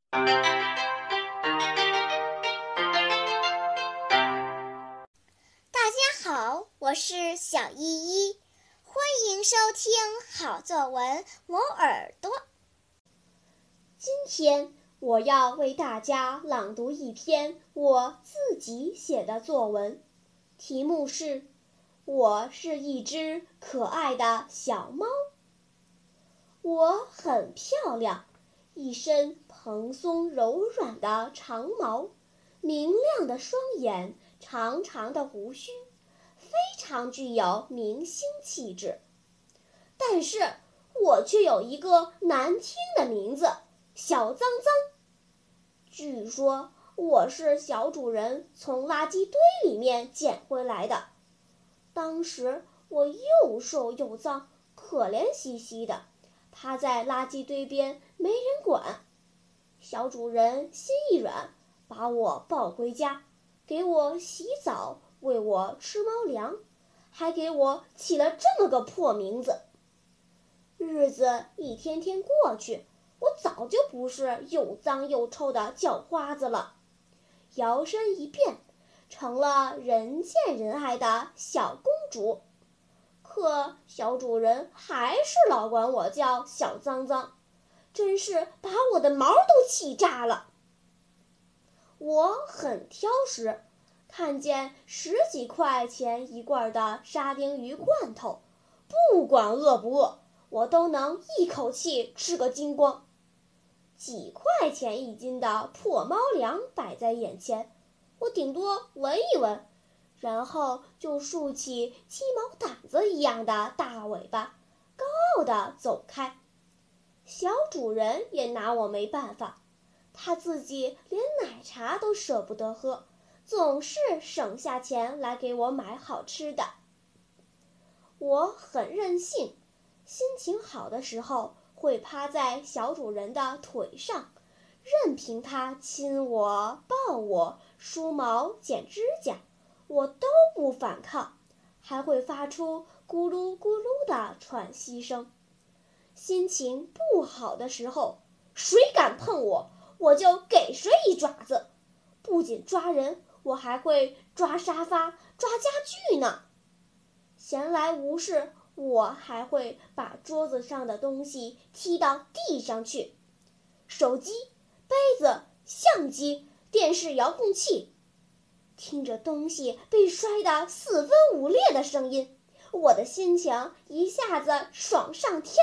大家好，我是小依依，欢迎收听好作文磨耳朵。 今天我要为大家朗读一篇我自己写的作文，题目是我是一只可爱的小猫。我很漂亮，一身蓬松柔软的长毛，明亮的双眼，长长的胡须，非常具有明星气质。但是我却有一个难听的名字，小脏脏。据说我是小主人从垃圾堆里面捡回来的。当时我又瘦又脏，可怜兮兮的，趴在垃圾堆边没人管。小主人心一软，把我抱回家，给我洗澡，喂我吃猫粮，还给我起了这么个破名字。日子一天天过去，我早就不是又脏又臭的叫花子了，摇身一变，成了人见人爱的小公主。可小主人还是老管我叫小脏脏，真是把我的毛都气炸了。我很挑食，看见10几块钱一罐的沙丁鱼罐头，不管饿不饿，我都能一口气吃个精光。几块钱一斤的破猫粮摆在眼前，我顶多闻一闻，然后就竖起鸡毛掸子一样的大尾巴，高傲地走开。小主人也拿我没办法，他自己连奶茶都舍不得喝，总是省下钱来给我买好吃的。我很任性，心情好的时候会趴在小主人的腿上，任凭他亲我、抱我、梳毛、剪指甲，我都不反抗，还会发出咕噜咕噜的喘息声。心情不好的时候，谁敢碰我，我就给谁一爪子。不仅抓人，我还会抓沙发、抓家具呢。闲来无事，我还会把桌子上的东西踢到地上去，手机、杯子、相机、电视遥控器。听着东西被摔得四分五裂的声音，我的心情一下子爽上天。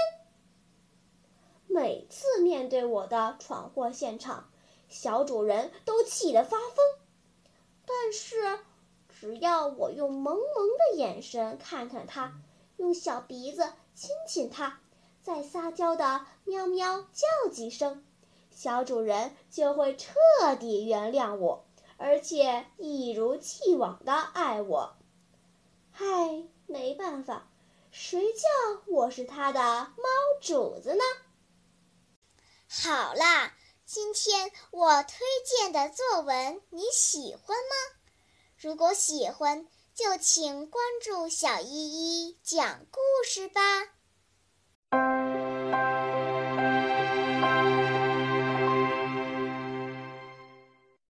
每次面对我的闯祸现场，小主人都气得发疯。但是只要我用萌萌的眼神看看他，用小鼻子亲亲他，再撒娇的喵喵叫几声，小主人就会彻底原谅我，而且一如既往的爱我。唉，没办法，谁叫我是他的猫主子呢？ 好啦，今天我推荐的作文你喜欢吗？如果喜欢，就请关注小依依讲故事吧。